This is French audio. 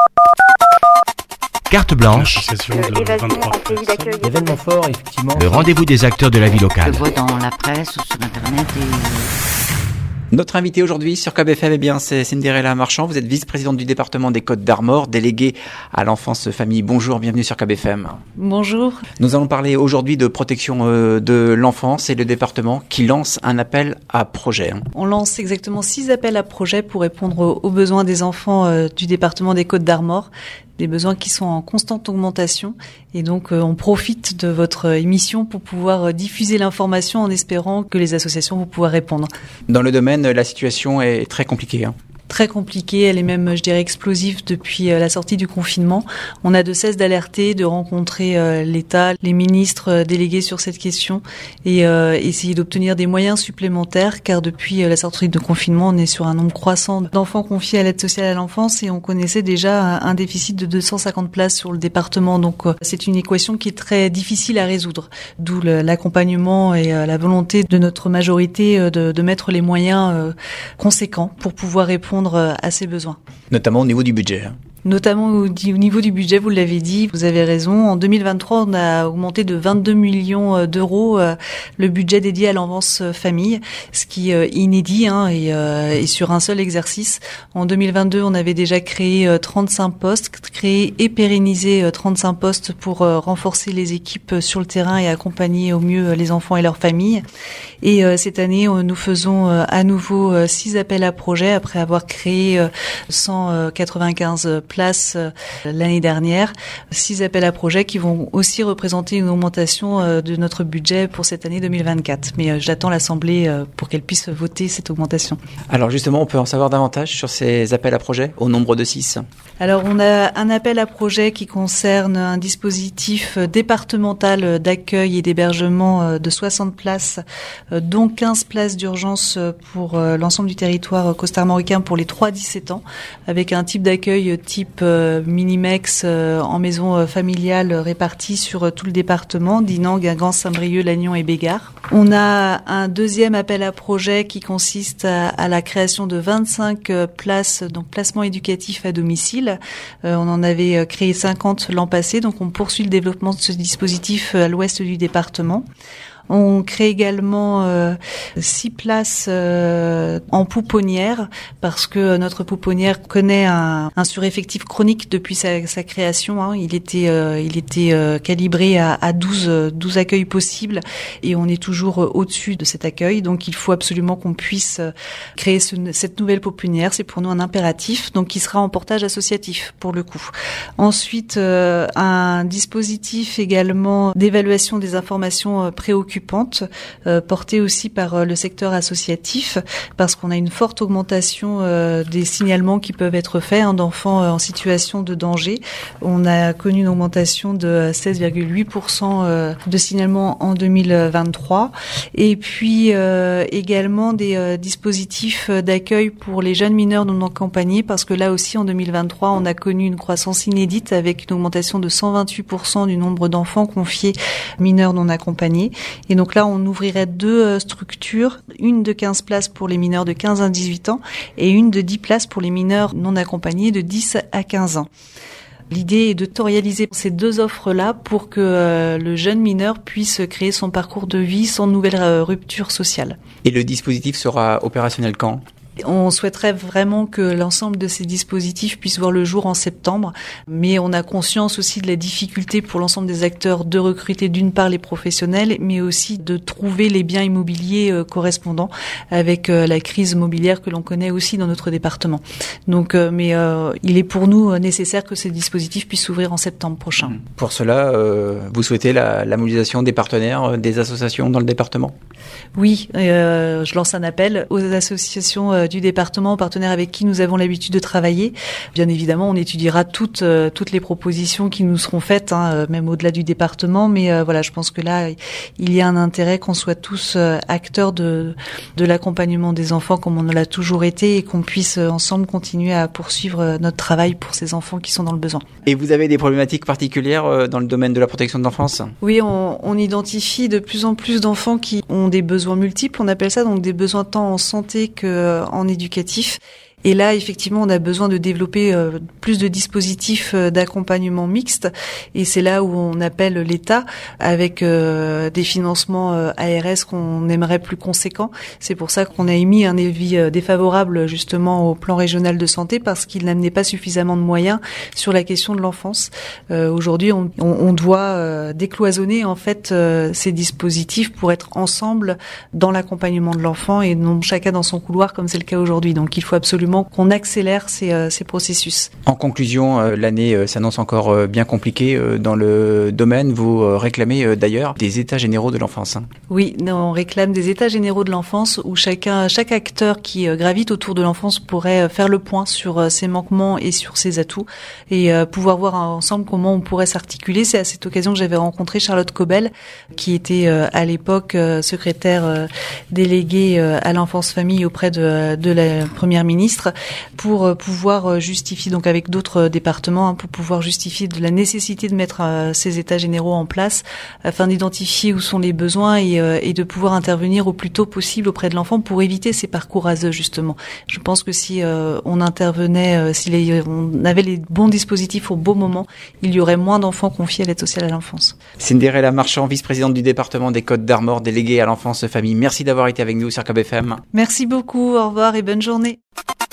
Carte blanche, Événement fort, effectivement. le rendez-vous des acteurs de la vie locale. Je vois dans la presse ou sur Internet Notre invité aujourd'hui sur KBFM, c'est Cinderella Marchand. Vous êtes vice-présidente du département des Côtes-d'Armor, déléguée à l'enfance famille. Bonjour, bienvenue sur KBFM. Bonjour. Nous allons parler aujourd'hui de protection de l'enfance et le département qui lance un appel à projet. On lance exactement 6 appels à projets pour répondre aux besoins des enfants du département des Côtes-d'Armor. Des besoins qui sont en constante augmentation et donc on profite de votre émission pour pouvoir diffuser l'information en espérant que les associations vont pouvoir répondre. Dans le domaine, la situation est très compliquée. Très compliquée, elle est même, je dirais, explosive depuis la sortie du confinement. On a de cesse d'alerter, de rencontrer l'État, les ministres délégués sur cette question et essayer d'obtenir des moyens supplémentaires car depuis la sortie du confinement, on est sur un nombre croissant d'enfants confiés à l'aide sociale à l'enfance et on connaissait déjà un déficit de 250 places sur le département. Donc c'est une équation qui est très difficile à résoudre, d'où l'accompagnement et la volonté de notre majorité de mettre les moyens conséquents pour pouvoir répondre à ces besoins. Notamment au niveau du budget. Notamment au niveau du budget, vous l'avez dit, vous avez raison. En 2023, on a augmenté de 22 millions d'euros le budget dédié à l'enfance famille, ce qui est inédit et sur un seul exercice. En 2022, on avait déjà créé 35 postes, créé et pérennisé 35 postes pour renforcer les équipes sur le terrain et accompagner au mieux les enfants et leurs familles. Et cette année, nous faisons à nouveau 6 appels à projets après avoir créé 195 places l'année dernière. 6 appels à projets qui vont aussi représenter une augmentation de notre budget pour cette année 2024. Mais j'attends l'Assemblée pour qu'elle puisse voter cette augmentation. Alors justement, on peut en savoir davantage sur ces appels à projets au nombre de 6. Alors on a un appel à projet qui concerne un dispositif départemental d'accueil et d'hébergement de 60 places, dont 15 places d'urgence pour l'ensemble du territoire costarmoricain pour les 3-17 ans, avec un type d'accueil type Minimex en maison familiale répartie sur tout le département, Dinan, Guingamp, Saint-Brieuc, Lannion et Bégard. On a un deuxième appel à projet qui consiste à la création de 25 places, donc placement éducatif à domicile. On en avait créé 50 l'an passé, donc on poursuit le développement de ce dispositif à l'ouest du département. On crée également 6 places en pouponnière parce que notre pouponnière connaît un sureffectif chronique depuis sa création. Il était calibré à 12 accueils possibles et on est toujours au-dessus de cet accueil. Donc il faut absolument qu'on puisse créer cette nouvelle pouponnière. C'est pour nous un impératif, donc qui sera en portage associatif pour le coup. Ensuite, un dispositif également d'évaluation des informations préoccupantes portée aussi par le secteur associatif parce qu'on a une forte augmentation des signalements qui peuvent être faits d'enfants en situation de danger. On a connu une augmentation de 16,8% de signalements en 2023 et puis également des dispositifs d'accueil pour les jeunes mineurs non accompagnés parce que là aussi en 2023 on a connu une croissance inédite avec une augmentation de 128% du nombre d'enfants confiés mineurs non accompagnés. Et donc là, on ouvrirait 2 structures, une de 15 places pour les mineurs de 15 à 18 ans et une de 10 places pour les mineurs non accompagnés de 10 à 15 ans. L'idée est de tutorialiser ces 2 offres-là pour que le jeune mineur puisse créer son parcours de vie sans nouvelle rupture sociale. Et le dispositif sera opérationnel quand ? On souhaiterait vraiment que l'ensemble de ces dispositifs puissent voir le jour en septembre, mais on a conscience aussi de la difficulté pour l'ensemble des acteurs de recruter d'une part les professionnels, mais aussi de trouver les biens immobiliers correspondants avec la crise mobilière que l'on connaît aussi dans notre département. Donc, il est pour nous nécessaire que ces dispositifs puissent s'ouvrir en septembre prochain. Pour cela, vous souhaitez la mobilisation des partenaires, des associations dans le département ? Oui, je lance un appel aux associations du département, partenaires avec qui nous avons l'habitude de travailler. Bien évidemment, on étudiera toutes les propositions qui nous seront faites, même au-delà du département. Mais voilà, je pense que là, il y a un intérêt qu'on soit tous acteurs de l'accompagnement des enfants comme on l'a toujours été et qu'on puisse ensemble continuer à poursuivre notre travail pour ces enfants qui sont dans le besoin. Et vous avez des problématiques particulières dans le domaine de la protection de l'enfance ? Oui, on identifie de plus en plus d'enfants qui ont des besoins multiples. On appelle ça donc des besoins tant en santé qu'en éducatif. Et là, effectivement, on a besoin de développer plus de dispositifs d'accompagnement mixte. Et c'est là où on appelle l'État avec des financements ARS qu'on aimerait plus conséquents. C'est pour ça qu'on a émis un avis défavorable justement au plan régional de santé parce qu'il n'amenait pas suffisamment de moyens sur la question de l'enfance. Aujourd'hui, on doit décloisonner en fait ces dispositifs pour être ensemble dans l'accompagnement de l'enfant et non chacun dans son couloir comme c'est le cas aujourd'hui. Donc il faut absolument qu'on accélère ces processus. En conclusion, l'année s'annonce encore bien compliquée dans le domaine. Vous réclamez d'ailleurs des états généraux de l'enfance. Oui, on réclame des états généraux de l'enfance où chaque acteur qui gravite autour de l'enfance pourrait faire le point sur ses manquements et sur ses atouts et pouvoir voir ensemble comment on pourrait s'articuler. C'est à cette occasion que j'avais rencontré Charlotte Cobel, qui était à l'époque secrétaire déléguée à l'enfance-famille auprès de la Première ministre, pour pouvoir justifier, donc avec d'autres départements, pour pouvoir justifier de la nécessité de mettre ces états généraux en place afin d'identifier où sont les besoins et de pouvoir intervenir au plus tôt possible auprès de l'enfant pour éviter ces parcours haseux justement. Je pense que si on intervenait, on avait les bons dispositifs au bon moment, il y aurait moins d'enfants confiés à l'aide sociale à l'enfance. Cinderella Marchand, vice-présidente du département des Côtes-d'Armor, déléguée à l'enfance famille. Merci d'avoir été avec nous sur KBFM. Merci beaucoup, au revoir et bonne journée.